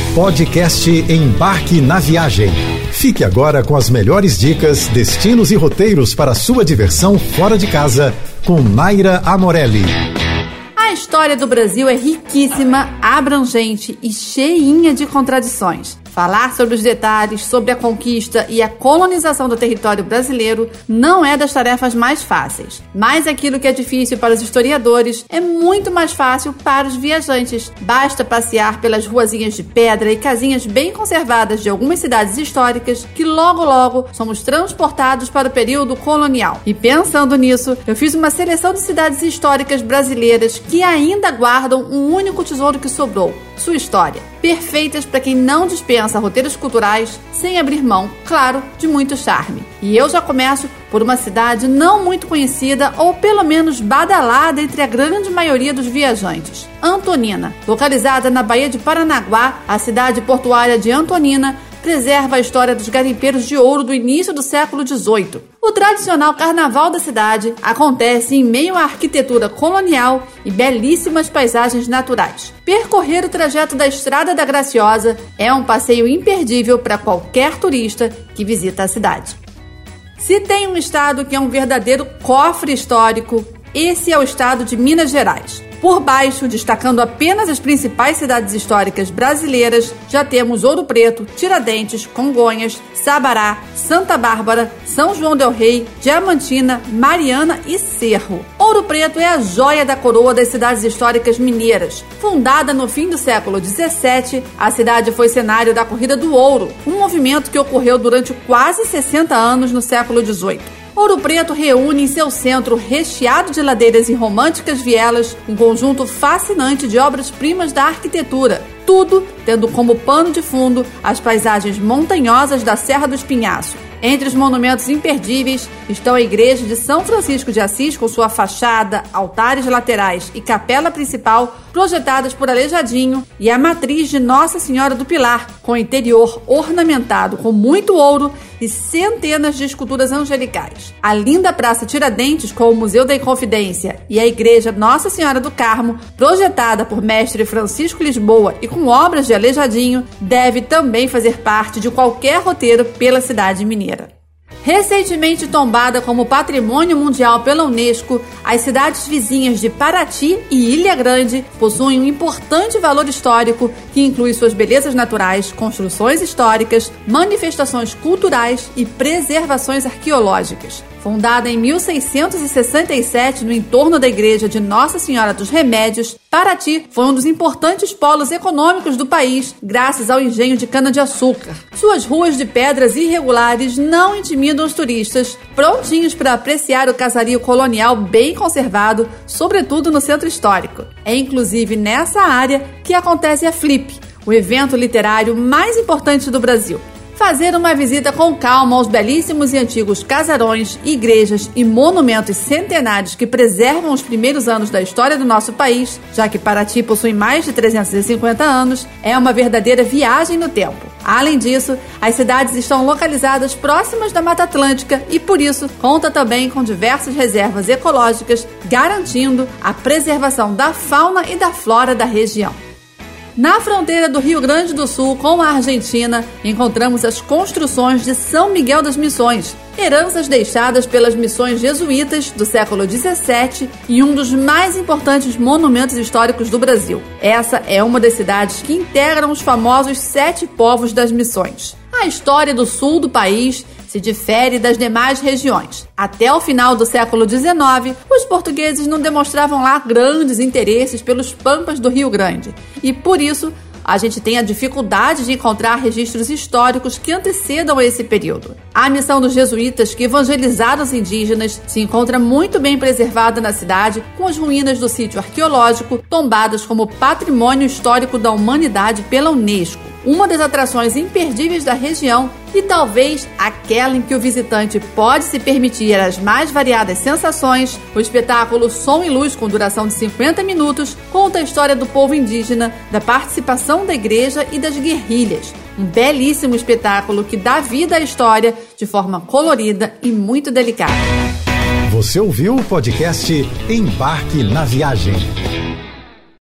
Podcast Embarque na Viagem. Fique agora com as melhores dicas, destinos e roteiros para sua diversão fora de casa, com Naira Amorelli. A história do Brasil é riquíssima, abrangente e cheinha de contradições. Falar sobre os detalhes, sobre a conquista e a colonização do território brasileiro não é das tarefas mais fáceis. Mas aquilo que é difícil para os historiadores é muito mais fácil para os viajantes. Basta passear pelas ruazinhas de pedra e casinhas bem conservadas de algumas cidades históricas que logo somos transportados para o período colonial. E pensando nisso, eu fiz uma seleção de cidades históricas brasileiras que ainda guardam um único tesouro que sobrou: sua história. Perfeitas para quem não dispensa roteiros culturais, sem abrir mão, claro, de muito charme. E eu já começo por uma cidade não muito conhecida, ou pelo menos badalada entre a grande maioria dos viajantes: Antonina. Localizada na Baía de Paranaguá, a cidade portuária de Antonina preserva a história dos garimpeiros de ouro do início do século XVIII. O tradicional carnaval da cidade acontece em meio à arquitetura colonial e belíssimas paisagens naturais. Percorrer o trajeto da Estrada da Graciosa é um passeio imperdível para qualquer turista que visita a cidade. Se tem um estado que é um verdadeiro cofre histórico, esse é o estado de Minas Gerais. Por baixo, destacando apenas as principais cidades históricas brasileiras, já temos Ouro Preto, Tiradentes, Congonhas, Sabará, Santa Bárbara, São João del Rei, Diamantina, Mariana e Cerro. Ouro Preto é a joia da coroa das cidades históricas mineiras. Fundada no fim do século XVII, a cidade foi cenário da Corrida do Ouro, um movimento que ocorreu durante quase 60 anos no século XVIII. Ouro Preto reúne em seu centro, recheado de ladeiras e românticas vielas, um conjunto fascinante de obras-primas da arquitetura, tudo tendo como pano de fundo as paisagens montanhosas da Serra do Espinhaço. Entre os monumentos imperdíveis estão a Igreja de São Francisco de Assis, com sua fachada, altares laterais e capela principal projetadas por Aleijadinho, e a matriz de Nossa Senhora do Pilar, com interior ornamentado com muito ouro e centenas de esculturas angelicais. A linda Praça Tiradentes, com o Museu da Inconfidência, e a Igreja Nossa Senhora do Carmo, projetada por mestre Francisco Lisboa e com obras de Aleijadinho, deve também fazer parte de qualquer roteiro pela cidade mineira. Recentemente tombada como Patrimônio Mundial pela Unesco, as cidades vizinhas de Paraty e Ilha Grande possuem um importante valor histórico que inclui suas belezas naturais, construções históricas, manifestações culturais e preservações arqueológicas. Fundada em 1667 no entorno da igreja de Nossa Senhora dos Remédios, Paraty foi um dos importantes polos econômicos do país, graças ao engenho de cana-de-açúcar. Suas ruas de pedras irregulares não intimidam os turistas, prontinhos para apreciar o casario colonial bem conservado, sobretudo no centro histórico. É inclusive nessa área que acontece a Flip, o evento literário mais importante do Brasil. Fazer uma visita com calma aos belíssimos e antigos casarões, igrejas e monumentos centenários que preservam os primeiros anos da história do nosso país, já que Paraty possui mais de 350 anos, é uma verdadeira viagem no tempo. Além disso, as cidades estão localizadas próximas da Mata Atlântica e, por isso, conta também com diversas reservas ecológicas, garantindo a preservação da fauna e da flora da região. Na fronteira do Rio Grande do Sul com a Argentina, encontramos as construções de São Miguel das Missões, heranças deixadas pelas missões jesuítas do século XVII e um dos mais importantes monumentos históricos do Brasil. Essa é uma das cidades que integram os famosos 7 povos das missões. A história do sul do país se difere das demais regiões. Até o final do século XIX, os portugueses não demonstravam lá grandes interesses pelos pampas do Rio Grande. E por isso, a gente tem a dificuldade de encontrar registros históricos que antecedam a esse período. A missão dos jesuítas que evangelizaram os indígenas se encontra muito bem preservada na cidade, com as ruínas do sítio arqueológico tombadas como Patrimônio Histórico da Humanidade pela Unesco. Uma das atrações imperdíveis da região e talvez aquela em que o visitante pode se permitir as mais variadas sensações, o espetáculo Som e Luz, com duração de 50 minutos, conta a história do povo indígena, da participação da igreja e das guerrilhas. Um belíssimo espetáculo que dá vida à história de forma colorida e muito delicada. Você ouviu o podcast Embarque na Viagem.